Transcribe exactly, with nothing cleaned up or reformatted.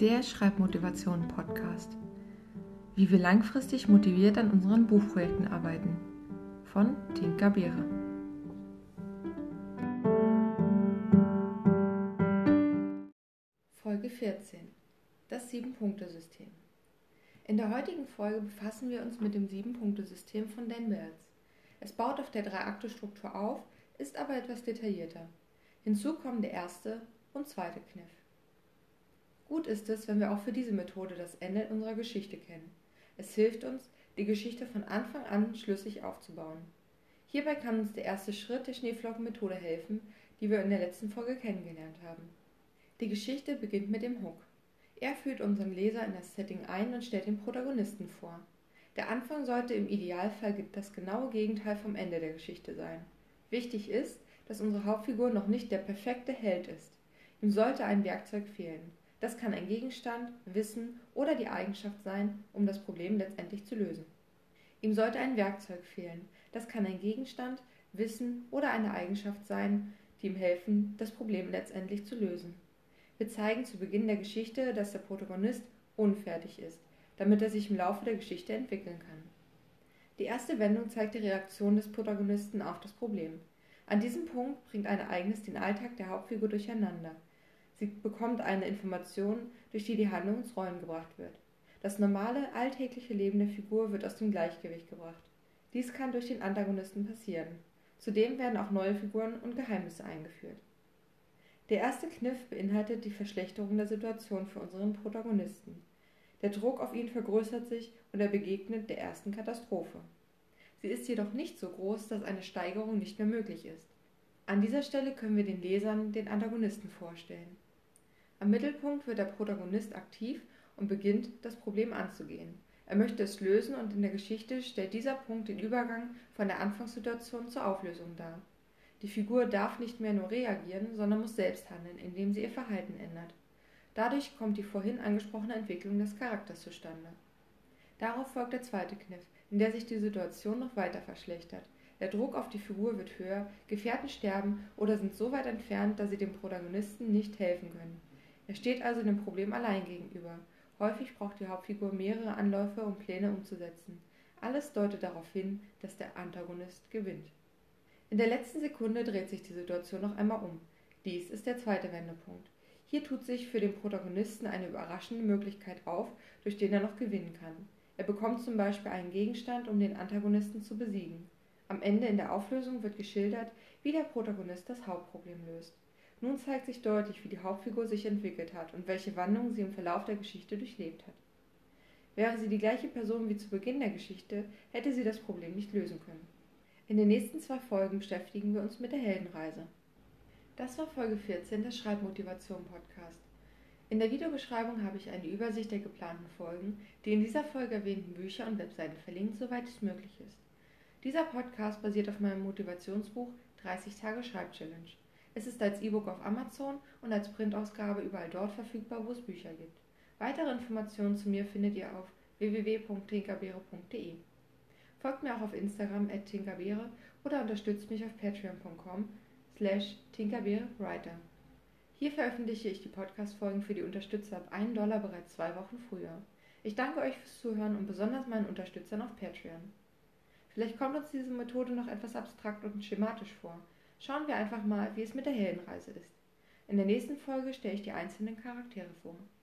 der Schreibmotivation-Podcast. Wie wir langfristig motiviert an unseren Buchprojekten arbeiten. Von Tinka Beere. Folge vierzehn. Das Sieben-Punkte-System. In der heutigen Folge befassen wir uns mit dem Sieben-Punkte-System von Dan Wells. Es baut auf der Drei-Akte-Struktur auf, ist aber etwas detaillierter. Hinzu kommen der erste und zweite Kniff. Gut ist es, wenn wir auch für diese Methode das Ende unserer Geschichte kennen. Es hilft uns, die Geschichte von Anfang an schlüssig aufzubauen. Hierbei kann uns der erste Schritt der Schneeflockenmethode helfen, die wir in der letzten Folge kennengelernt haben. Die Geschichte beginnt mit dem Hook. Er führt unseren Leser in das Setting ein und stellt den Protagonisten vor. Der Anfang sollte im Idealfall das genaue Gegenteil vom Ende der Geschichte sein. Wichtig ist, dass unsere Hauptfigur noch nicht der perfekte Held ist. Ihm sollte ein Werkzeug fehlen. Das kann ein Gegenstand, Wissen oder die Eigenschaft sein, um das Problem letztendlich zu lösen. Ihm sollte ein Werkzeug fehlen. Das kann ein Gegenstand, Wissen oder eine Eigenschaft sein, die ihm helfen, das Problem letztendlich zu lösen. Wir zeigen zu Beginn der Geschichte, dass der Protagonist unfertig ist, damit er sich im Laufe der Geschichte entwickeln kann. Die erste Wendung zeigt die Reaktion des Protagonisten auf das Problem. An diesem Punkt bringt ein Ereignis den Alltag der Hauptfigur durcheinander. Sie bekommt eine Information, durch die die Handlung ins Rollen gebracht wird. Das normale, alltägliche Leben der Figur wird aus dem Gleichgewicht gebracht. Dies kann durch den Antagonisten passieren. Zudem werden auch neue Figuren und Geheimnisse eingeführt. Der erste Kniff beinhaltet die Verschlechterung der Situation für unseren Protagonisten. Der Druck auf ihn vergrößert sich und er begegnet der ersten Katastrophe. Sie ist jedoch nicht so groß, dass eine Steigerung nicht mehr möglich ist. An dieser Stelle können wir den Lesern den Antagonisten vorstellen. Am Mittelpunkt wird der Protagonist aktiv und beginnt, das Problem anzugehen. Er möchte es lösen und in der Geschichte stellt dieser Punkt den Übergang von der Anfangssituation zur Auflösung dar. Die Figur darf nicht mehr nur reagieren, sondern muss selbst handeln, indem sie ihr Verhalten ändert. Dadurch kommt die vorhin angesprochene Entwicklung des Charakters zustande. Darauf folgt der zweite Kniff, in der sich die Situation noch weiter verschlechtert. Der Druck auf die Figur wird höher, Gefährten sterben oder sind so weit entfernt, dass sie dem Protagonisten nicht helfen können. Er steht also dem Problem allein gegenüber. Häufig braucht die Hauptfigur mehrere Anläufe, um Pläne umzusetzen. Alles deutet darauf hin, dass der Antagonist gewinnt. In der letzten Sekunde dreht sich die Situation noch einmal um. Dies ist der zweite Wendepunkt. Hier tut sich für den Protagonisten eine überraschende Möglichkeit auf, durch den er noch gewinnen kann. Er bekommt zum Beispiel einen Gegenstand, um den Antagonisten zu besiegen. Am Ende in der Auflösung wird geschildert, wie der Protagonist das Hauptproblem löst. Nun zeigt sich deutlich, wie die Hauptfigur sich entwickelt hat und welche Wandlungen sie im Verlauf der Geschichte durchlebt hat. Wäre sie die gleiche Person wie zu Beginn der Geschichte, hätte sie das Problem nicht lösen können. In den nächsten zwei Folgen beschäftigen wir uns mit der Heldenreise. Das war Folge vierzehn des Schreibmotivation-Podcast. In der Videobeschreibung habe ich eine Übersicht der geplanten Folgen, die in dieser Folge erwähnten Bücher und Webseiten verlinkt, soweit es möglich ist. Dieser Podcast basiert auf meinem Motivationsbuch dreißig Tage Schreibchallenge. Es ist als E-Book auf Amazon und als Printausgabe überall dort verfügbar, wo es Bücher gibt. Weitere Informationen zu mir findet ihr auf w w w punkt tinkabeere punkt de. Folgt mir auch auf Instagram at tinkabeere oder unterstützt mich auf patreon punkt com slash tinkabeerewriter. Hier veröffentliche ich die Podcast-Folgen für die Unterstützer ab einen Dollar bereits zwei Wochen früher. Ich danke euch fürs Zuhören und besonders meinen Unterstützern auf Patreon. Vielleicht kommt uns diese Methode noch etwas abstrakt und schematisch vor. Schauen wir einfach mal, wie es mit der Heldenreise ist. In der nächsten Folge stelle ich die einzelnen Charaktere vor.